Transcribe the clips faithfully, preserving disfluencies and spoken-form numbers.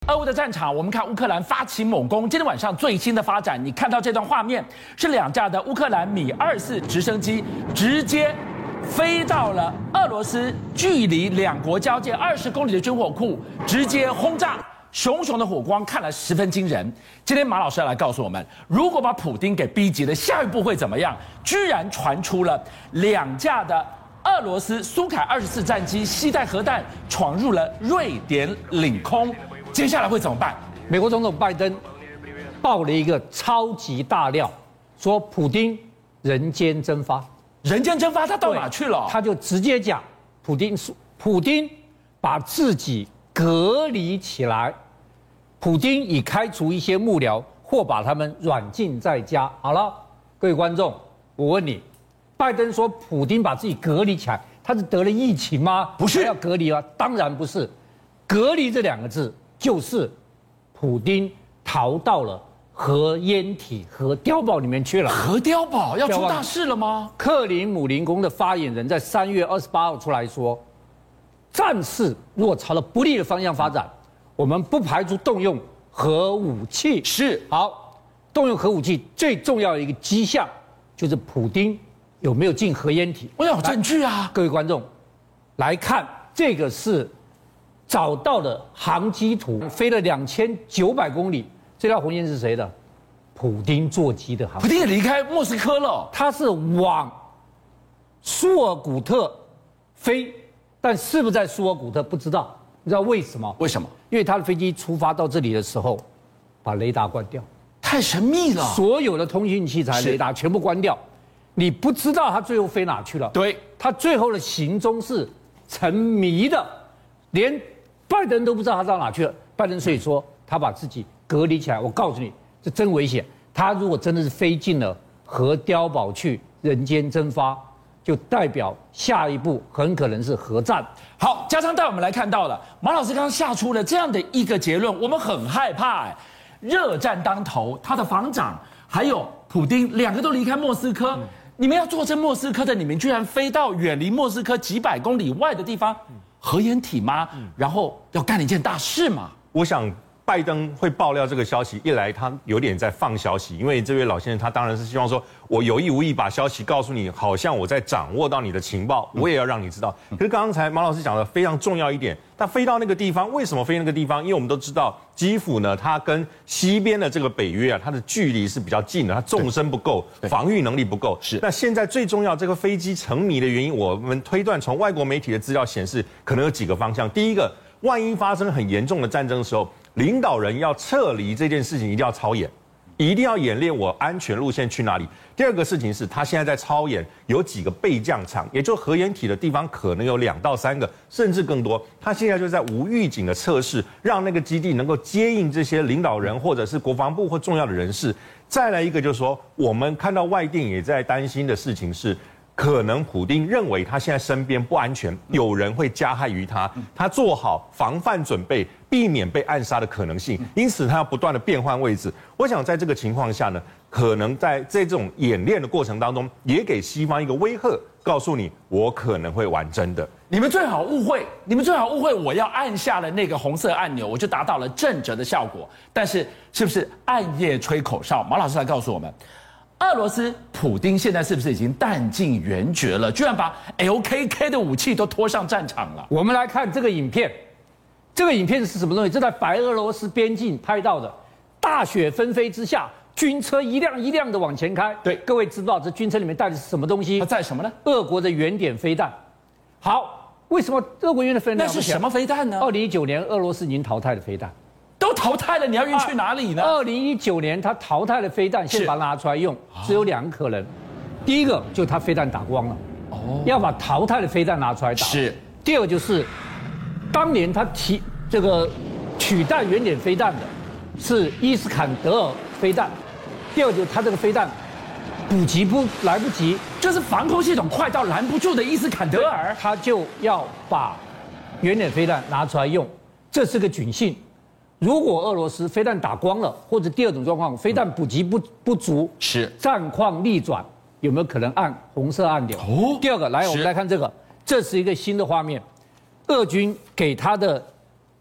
俄乌的战场，我们看乌克兰发起猛攻。今天晚上最新的发展，你看到这段画面是两架的乌克兰米二四直升机直接飞到了俄罗斯距离两国交界二十公里的军火库，直接轰炸，熊熊的火光看了十分惊人。今天马老师要来告诉我们，如果把普丁给逼急了，下一步会怎么样？居然传出了两架的俄罗斯苏凯二十四战机携带核弹闯入了瑞典领空。接下来会怎么办？ 美国总统拜登爆了一个超级大料，说普丁人间蒸发。 人间蒸发，他到哪去了？ 他就直接讲，普丁普丁把自己隔离起来，普丁已开除一些幕僚或把他们软禁在家。好了，各位观众，我问你，拜登说普丁把自己隔离起来，他是得了疫情吗？ 不是， 要隔离吗？当然不是，隔离这两个字。就是普丁逃到了核烟体、核碉堡里面去了。 核碉堡要出大事了吗？ 克林姆林宫的发言人在三月二十八号出来说，战事如果朝着不利的方向发展，我们不排除动用核武器。 是， 好，动用核武器最重要的一个迹象就是普丁有没有进核烟体。 我要有证据啊！ 各位观众来看，这个是找到的航机图，飞了两千九百公里。这条红线是谁的？普丁座机的航。 普丁也离开莫斯科了， 他是往苏尔古特飞，但是不是在苏尔古特不知道。你知道为什么？ 为什么？ 因为他的飞机出发到这里的时候，把雷达关掉， 太神秘了。 所有的通讯器材、雷达全部关掉，你不知道他最后飞哪去了。 对， 他最后的行踪是成谜的，连拜登都不知道他到哪去了。拜登所以说他把自己隔离起来。我告诉你，这真危险。他如果真的是飞进了核碉堡去，人间蒸发，就代表下一步很可能是核战。 好，加上带我们来看到了马老师刚刚下出了这样的一个结论，我们很害怕哎，热战当头，他的防长还有普丁两个都离开莫斯科。嗯、你们要坐镇莫斯科的，你们居然飞到远离莫斯科几百公里外的地方。嗯核烟体吗？然后要干一件大事吗？ 我想拜登会爆料这个消息，一来他有点在放消息，因为这位老先生他当然是希望说，我有意无意把消息告诉你，好像我在掌握到你的情报，我也要让你知道。可是刚才马老师讲的非常重要一点，他飞到那个地方，为什么飞那个地方？因为我们都知道基辅呢，它跟西边的这个北约啊，它的距离是比较近的，它纵深不够，防御能力不够。 是。 那现在最重要，这个飞机沉迷的原因，我们推断从外国媒体的资料显示，可能有几个方向。第一个，万一发生很严重的战争的时候，领导人要撤离这件事情一定要操演，一定要演练我安全路线去哪里。第二个事情是他现在在操演有几个备降场，也就是核烟体的地方可能有两到三个，甚至更多。他现在就在无预警的测试，让那个基地能够接应这些领导人或者是国防部或重要的人士。再来一个就是说，我们看到外电也在担心的事情是，可能普丁认为他现在身边不安全，有人会加害于他，他做好防范准备，避免被暗杀的可能性，因此他要不断的变换位置。我想在这个情况下呢，可能在在这种演练的过程当中，也给西方一个威吓，告诉你我可能会玩真的。 你们最好误会，你们最好误会，我要按下了那个红色按钮，我就达到了震慑的效果。但是是不是暗夜吹口哨？马老师来告诉我们。俄罗斯普丁现在是不是已经弹尽援绝了？居然把 L K K 的武器都拖上战场了。 我们来看这个影片，这个影片是什么东西？这在白俄罗斯边境拍到的，大雪纷飞之下，军车一辆一辆的往前开。 对， 各位知道这军车里面带的是什么东西？ 它载什么呢？ 俄国的原点飞弹。好，为什么俄国原点飞弹？ 那是什么飞弹呢？ 二零一九年俄罗斯已经淘汰了飞弹。 都淘汰了，你要运去哪里呢？ 二零一九年他淘汰了飞弹，现在把它拿出来用，只有两个可能。第一个就是他飞弹打光了，哦，要把淘汰的飞弹拿出来打。 是。 第二个就是，当年他提这个取代原点飞弹的，是伊斯坎德尔飞弹。第二个就是他这个飞弹补给不来不及， 就是防空系统快到拦不住的伊斯坎德尔， 他就要把原点飞弹拿出来用，这是个警讯。如果俄罗斯飞弹打光了，或者第二种状况，飞弹补给不不足， 是战况逆转，有没有可能按红色按钮？哦，第二个，来，我们来看这个，这是一个新的画面，俄军给他的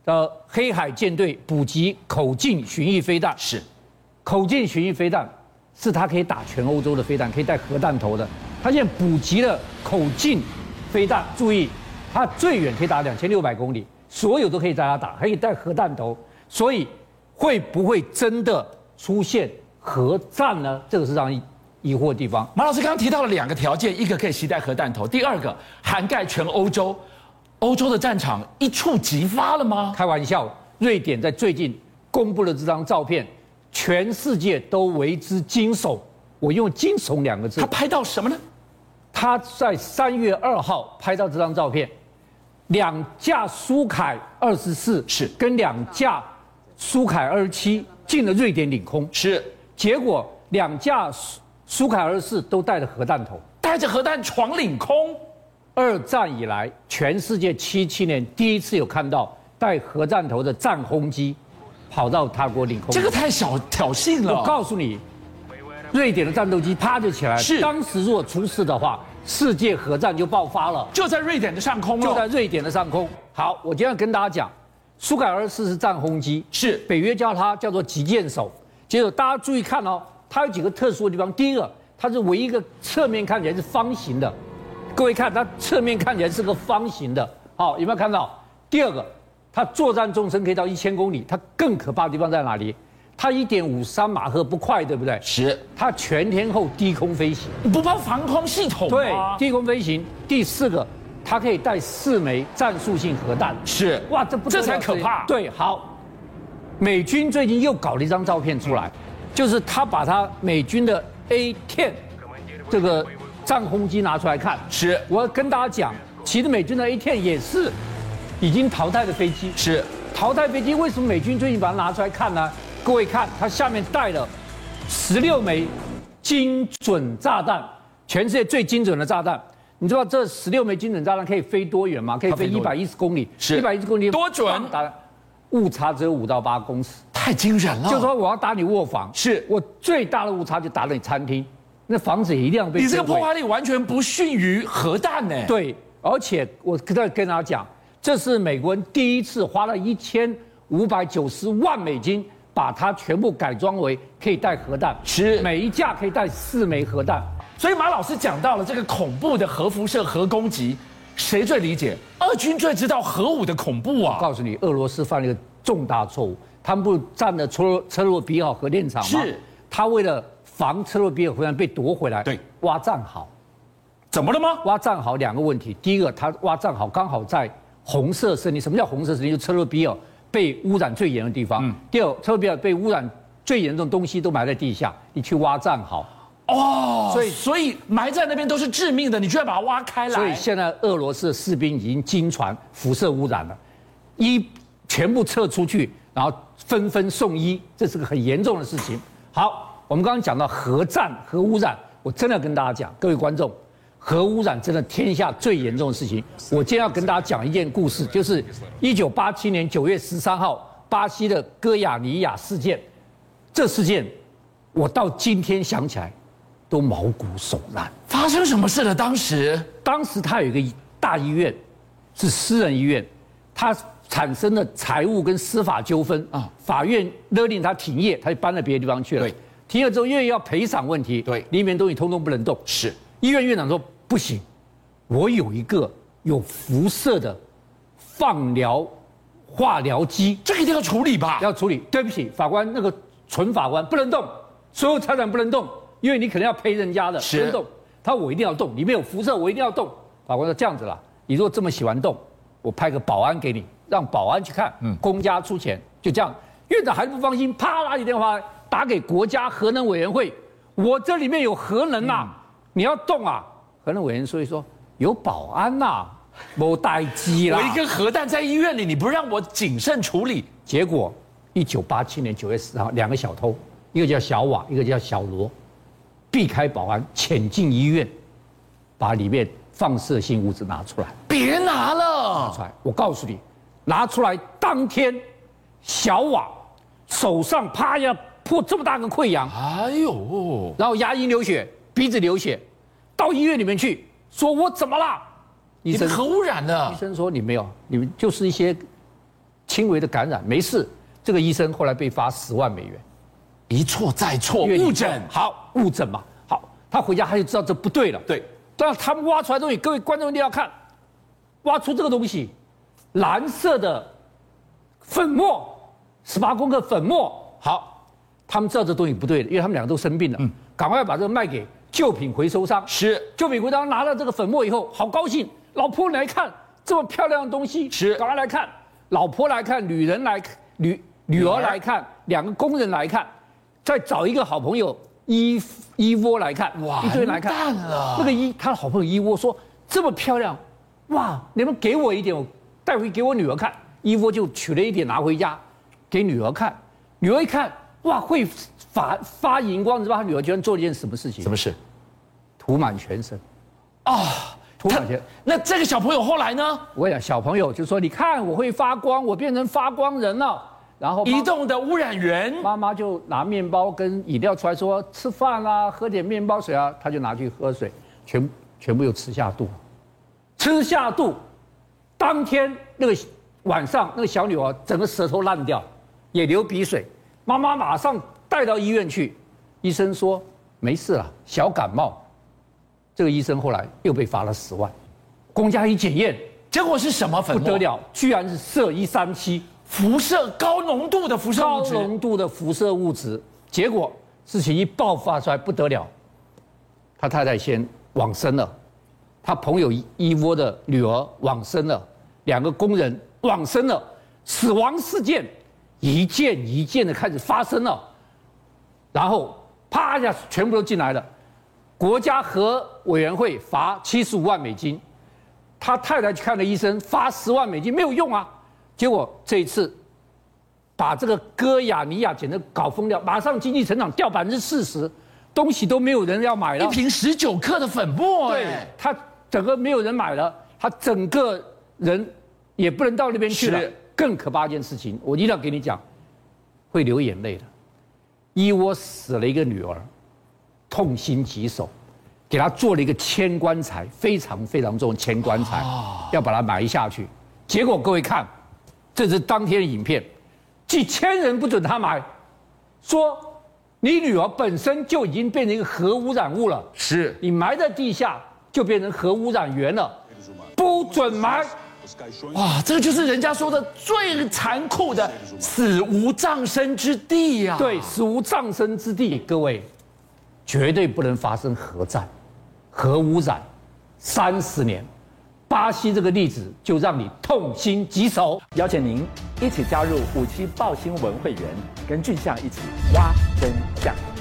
的黑海舰队补给口径巡弋飞弹。 是， 口径巡弋飞弹是它可以打全欧洲的飞弹，可以带核弹头的。它现在补给了口径飞弹，注意，它最远可以打两千六百公里，所有都可以在它打，可以带核弹头。所以会不会真的出现核战呢？这个是让人疑惑的地方。 马老师刚刚提到了两个条件，一个可以携带核弹头，第二个涵盖全欧洲。欧洲的战场一触即发了吗？ 开玩笑，瑞典在最近公布了这张照片，全世界都为之惊悚。我用惊悚两个字。 他拍到什么呢？ 他在三月二号拍到这张照片，两架苏凯二十四是跟两架苏凯二十七进了瑞典领空， 是， 结果两架苏苏凯二十四都带着核弹头， 带着核弹闯领空。 二战以来，全世界七七年第一次有看到带核弹头的战轰机跑到他国领空， 这个太小挑衅了。 我告诉你，瑞典的战斗机啪就起来， 是， 当时如果出事的话，世界核战就爆发了， 就在瑞典的上空了， 就在瑞典的上空。好，我今天要跟大家讲，苏凯二十四是战轰机， 是北约叫它叫做击剑手。结果大家注意看哦，它有几个特殊的地方。第一个，它是唯一一个侧面看起来是方形的。各位看，它侧面看起来是个方形的，好，有没有看到？第二个，它作战纵深可以到一千公里，它更可怕的地方在哪里？它一点五三马赫不快，对不对？ 是。 它全天候低空飞行， 你不怕防空系统吗？ 对，低空飞行。第四个，它可以带四枚战术性核弹。 是。 哇，这不这才可怕。 对，好。美军最近又搞了一张照片出来，就是他把他美军的 A 十 这个战轰机拿出来看。 是， 我要跟大家讲，其实美军的 A 十 也是已经淘汰的飞机。 是， 淘汰飞机为什么美军最近把它拿出来看呢？各位看，它下面带了十六枚精准炸弹，全世界最精准的炸弹。你知道这十六枚精准炸弹可以飞多远吗？可以飞一百一十公里， 是一百一十公里多准？ 打误差只有五到八公尺， 太惊人了。 就说我要打你卧房， 是我最大的误差就打了你餐厅。那房子也一定要被。 你这个破坏力完全不逊于核弹呢。 对，而且我再跟大家讲，这是美国人第一次花了一千五百九十万美金，把它全部改装为可以带核弹， 是每一架可以带四枚核弹。 所以马老师讲到了这个恐怖的核辐射、核攻击，谁最理解？俄军最知道核武的恐怖啊！ 我告诉你，俄罗斯犯了一个重大错误，他们不占了车车洛比奥核电厂吗？ 是， 他为了防车洛比尔核弹被夺回来， 对， 挖战壕， 怎么了吗？ 挖战壕两个问题，第一个，他挖战壕刚好在红色森林。什么叫红色森林？就车洛比尔被污染最严的地方。嗯、第二，车洛比尔被污染最严重的东西都埋在地下，你去挖战壕， 哦， 所以所以埋在那边都是致命的，你居然把它挖开来。 所以现在俄罗斯的士兵已经经传辐射污染了，一全部撤出去，然后纷纷送医，这是个很严重的事情。好。我们刚刚讲到核战、核污染，我真的要跟大家讲，各位观众，核污染真的天下最严重的事情。我今天要跟大家讲一件故事，就是一九八七年九月十三号巴西的戈亚尼亚事件。这事件我到今天想起来都毛骨悚然。 发生什么事了？当时， 当时他有一个大医院，是私人医院，他产生了财务跟司法纠纷啊，法院勒令他停业，他就搬到别的地方去了。 对。 停了之后，因为要赔偿问题， 对， 里面东西通通不能动。 是， 医院院长说不行，我有一个有辐射的放疗化疗机， 这个一定要处理吧？ 要处理。对不起，法官，那个纯法官不能动，所有财产不能动，因为你可能要赔人家的，不能动。他说我一定要动，里面有辐射，我一定要动。法官说这样子啦，你如果这么喜欢动，我派个保安给你，让保安去看，嗯，公家出钱，就这样。院长还是不放心，啪拉起电话来。打给国家核能委员会，我这里面有核能啊，嗯、你要动啊。核能委员所以说有保安呐、啊，没待机啦。 我一个核弹在医院里，你不让我谨慎处理。 结果，一九八七年九月十号，两个小偷，一个叫小瓦，一个叫小罗，避开保安，潜进医院，把里面放射性物质拿出来。 别拿了， 拿出来。我告诉你，拿出来当天，小瓦手上啪呀。破这么大个溃疡， 哎呦， 然后牙龈流血，鼻子流血，到医院里面去，说我怎么了？医生核污染了。 医生说你没有，你们就是一些轻微的感染，没事。这个医生后来被罚十万美元， 一错再错，误诊。 好，误诊嘛。好，他回家他就知道这不对了。 对， 但他们挖出来的东西，各位观众一定要看，挖出这个东西，蓝色的粉末，十八公克粉末。好，他们知道这东西不对的，因为他们两个都生病了，嗯，赶快把这个卖给旧品回收商。 是， 旧品回收商拿到这个粉末以后，好高兴，老婆来看这么漂亮的东西， 是， 赶快来看，老婆来看，女人来看，女女儿来看，两个工人来看，再找一个好朋友一一窝来看，哇，一堆来看， 完蛋了。 那个一他的好朋友一窝说这么漂亮，哇，你们给我一点，我带回给我女儿看。一窝就取了一点拿回家，给女儿看。女儿一看，哇，会发发荧光，你知道他女儿居然做了一件什么事情？ 什么事？ 涂满全身。 啊， 涂满全。 那这个小朋友后来呢？ 我讲小朋友就说，你看我会发光，我变成发光人了。然后移动的污染源， 妈妈就拿面包跟饮料出来说吃饭啊，喝点面包水啊，他就拿去喝水，全全部又吃下肚，吃下肚。当天那个晚上，那个小女儿整个舌头烂掉，也流鼻水，妈妈马上带到医院去，医生说没事了，小感冒。这个医生后来又被罚了十万，公家一检验， 结果是什么粉末？ 不得了，居然是铯一三七。 辐射高浓度的辐射物质， 高浓度的辐射物质，结果事情一爆发出来不得了，他太太先往生了，他朋友一窝的女儿往生了，两个工人往生了，死亡事件一件一件的开始发生了，然后啪一下全部都进来了，国家核委员会罚七十五万美金，他太太去看了医生，罚十万美金没有用啊。结果这一次，把这个哥亚尼亚简直搞疯掉，马上经济成长掉百分之四十，东西都没有人要买了。 一瓶十九克的粉末， 对，他整个没有人买了，他整个人也不能到那边去了。更可怕一件事情，我一定要给你讲，会流眼泪的。一窝死了一个女儿，痛心疾首，给他做了一个铅棺材，非常非常重的铅棺材，哦、要把它埋下去。结果各位看。这是当天的影片，几千人不准他买，说你女儿本身就已经变成一个核污染物了， 是你埋在地下就变成核污染源了，不准埋。 哇，这个就是人家说的最残酷的死无葬身之地呀、啊！ 对，死无葬身之地，各位绝对不能发生核战、核污染，三十年。巴西这个例子就让你痛心疾首， 邀请您一起加入五七爆新闻会员，跟俊相一起挖真相。